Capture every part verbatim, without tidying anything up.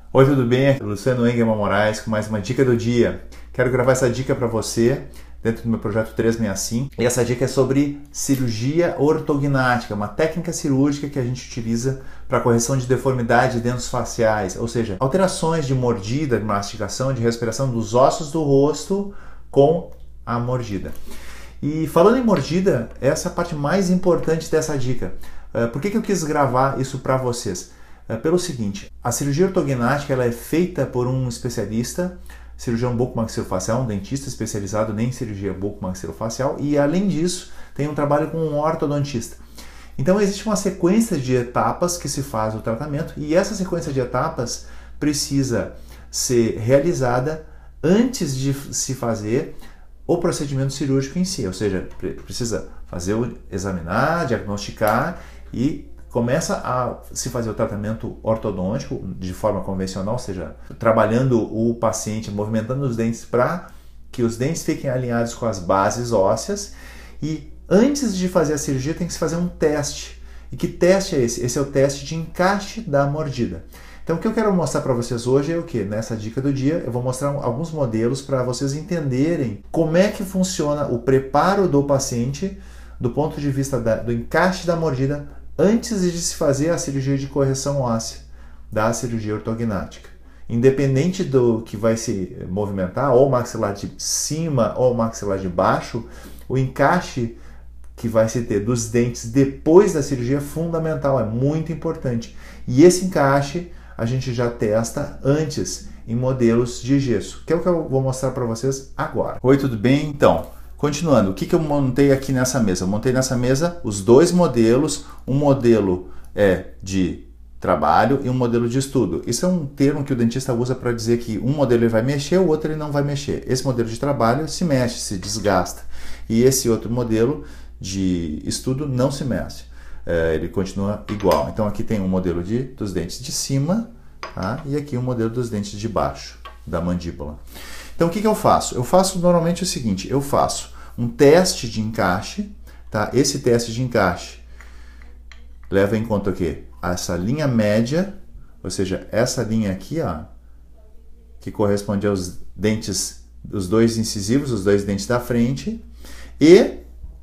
Oi, tudo bem? Aqui é o Luciano Engelman Moraes com mais uma dica do dia. Quero gravar essa dica para você dentro do meu projeto trezentos e sessenta e cinco. E essa dica é sobre cirurgia ortognática, uma técnica cirúrgica que a gente utiliza para correção de deformidade de dentes faciais, ou seja, alterações de mordida, de mastigação, de respiração dos ossos do rosto com a mordida. E falando em mordida, essa é a parte mais importante dessa dica. Por que que eu quis gravar isso para vocês? Pelo seguinte, a cirurgia ortognática ela é feita por um especialista, cirurgião bucomaxilofacial, um dentista especializado em cirurgia bucomaxilofacial, e além disso tem um trabalho com um ortodontista. Então existe uma sequência de etapas que se faz o tratamento e essa sequência de etapas precisa ser realizada antes de se fazer o procedimento cirúrgico em si, ou seja, precisa fazer o examinar, diagnosticar e começa a se fazer o tratamento ortodôntico de forma convencional, ou seja, trabalhando o paciente, movimentando os dentes para que os dentes fiquem alinhados com as bases ósseas. E antes de fazer a cirurgia tem que se fazer um teste. E que teste é esse? Esse é o teste de encaixe da mordida. Então o que eu quero mostrar para vocês hoje é o que? Nessa dica do dia eu vou mostrar alguns modelos para vocês entenderem como é que funciona o preparo do paciente do ponto de vista da, do encaixe da mordida antes de se fazer a cirurgia de correção óssea da cirurgia ortognática. Independente do que vai se movimentar, ou o maxilar de cima ou o maxilar de baixo, o encaixe que vai se ter dos dentes depois da cirurgia é fundamental, é muito importante. E esse encaixe a gente já testa antes em modelos de gesso, que é o que eu vou mostrar para vocês agora. Oi, tudo bem? Então, continuando, o que, que eu montei aqui nessa mesa? Eu montei nessa mesa os dois modelos, um modelo é de trabalho e um modelo de estudo. Isso é um termo que o dentista usa para dizer que um modelo ele vai mexer, o outro ele não vai mexer. Esse modelo de trabalho se mexe, se desgasta. E esse outro modelo de estudo não se mexe, é, ele continua igual. Então aqui tem um modelo de, dos dentes de cima, tá? E aqui um modelo dos dentes de baixo, da mandíbula. Então o que que eu faço? Eu faço normalmente o seguinte, eu faço um teste de encaixe, tá? Esse teste de encaixe leva em conta o quê? Essa linha média, ou seja, essa linha aqui, ó, que corresponde aos dentes, os dois incisivos, os dois dentes da frente, e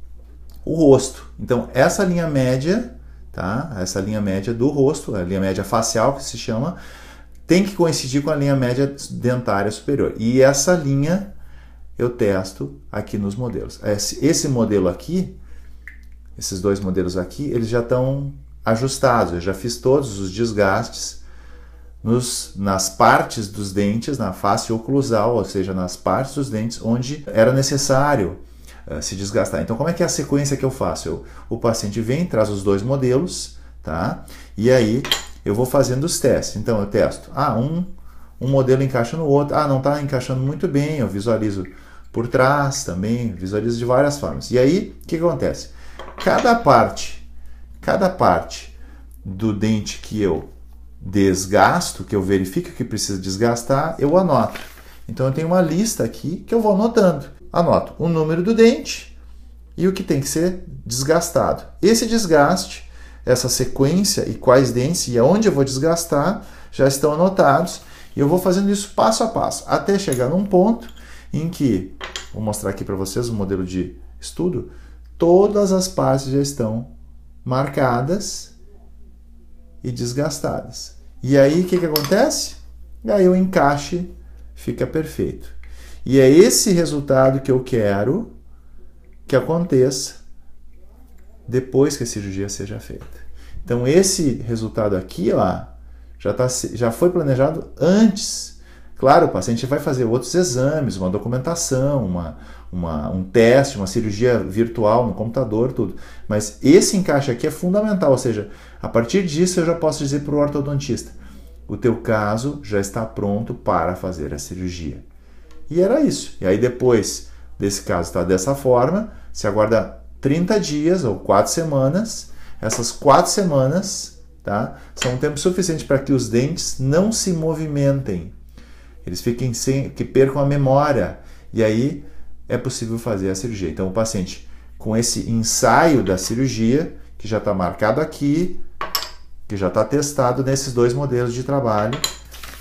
o rosto. Então essa linha média, tá? Essa linha média do rosto, a linha média facial que se chama, tem que coincidir com a linha média dentária superior. E essa linha eu testo aqui nos modelos. Esse, esse modelo aqui, esses dois modelos aqui, eles já estão ajustados. Eu já fiz todos os desgastes nos, nas partes dos dentes, na face oclusal, ou seja, nas partes dos dentes onde era necessário uh, se desgastar. Então, como é que é a sequência que eu faço? Eu, o paciente vem, traz os dois modelos, tá? E aí eu vou fazendo os testes. Então eu testo, ah, um, um modelo encaixa no outro, ah, não está encaixando muito bem, eu visualizo por trás também, visualizo de várias formas. E aí, o que, que acontece? Cada parte, cada parte do dente que eu desgasto, que eu verifico que precisa desgastar, eu anoto. Então eu tenho uma lista aqui que eu vou anotando. Anoto o número do dente e o que tem que ser desgastado. Esse desgaste, essa sequência e quais dentes e aonde eu vou desgastar já estão anotados e eu vou fazendo isso passo a passo até chegar num ponto em que, vou mostrar aqui para vocês o modelo de estudo, todas as partes já estão marcadas e desgastadas. E aí o que, que acontece? E aí o encaixe fica perfeito. E é esse resultado que eu quero que aconteça depois que a cirurgia seja feita. Então esse resultado aqui, ó, já, tá, já foi planejado antes. Claro, o paciente vai fazer outros exames, uma documentação, uma, uma, um teste, uma cirurgia virtual no computador, tudo. Mas esse encaixe aqui é fundamental, ou seja, a partir disso eu já posso dizer para o ortodontista, o teu caso já está pronto para fazer a cirurgia. E era isso. E aí depois desse caso estar dessa forma, se aguarda trinta dias ou quatro semanas, essas quatro semanas, tá, são um tempo suficiente para que os dentes não se movimentem, eles fiquem sem, que percam a memória, e aí é possível fazer a cirurgia. Então o paciente com esse ensaio da cirurgia, que já está marcado aqui, que já está testado nesses dois modelos de trabalho,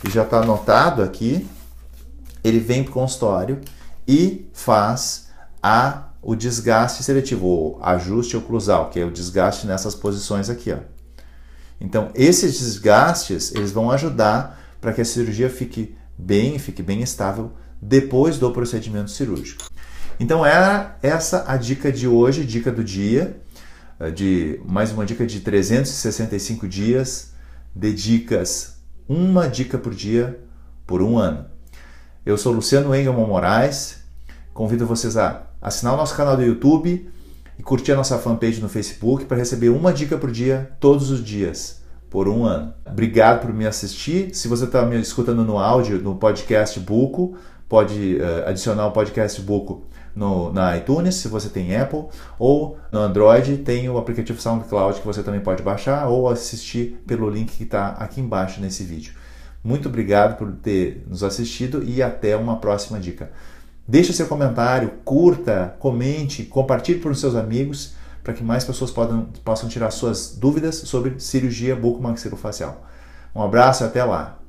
e já está anotado aqui, ele vem para o consultório e faz a, o desgaste seletivo, ou ajuste oclusal, que é o desgaste nessas posições aqui, ó. Então, esses desgastes, eles vão ajudar para que a cirurgia fique bem, fique bem estável depois do procedimento cirúrgico. Então, era essa a dica de hoje, dica do dia, de mais uma dica de trezentos e sessenta e cinco dias, de dicas, uma dica por dia, por um ano. Eu sou Luciano Engelmann Moraes, convido vocês a assinar o nosso canal do YouTube e curtir a nossa fanpage no Facebook para receber uma dica por dia, todos os dias, por um ano. Obrigado por me assistir. Se você está me escutando no áudio, no podcast Buco, pode uh, adicionar o podcast Buco no, na iTunes, se você tem Apple, ou no Android tem o aplicativo SoundCloud que você também pode baixar ou assistir pelo link que está aqui embaixo nesse vídeo. Muito obrigado por ter nos assistido e até uma próxima dica. Deixe seu comentário, curta, comente, compartilhe para os seus amigos para que mais pessoas podam, possam tirar suas dúvidas sobre cirurgia bucomaxilofacial. Um abraço e até lá!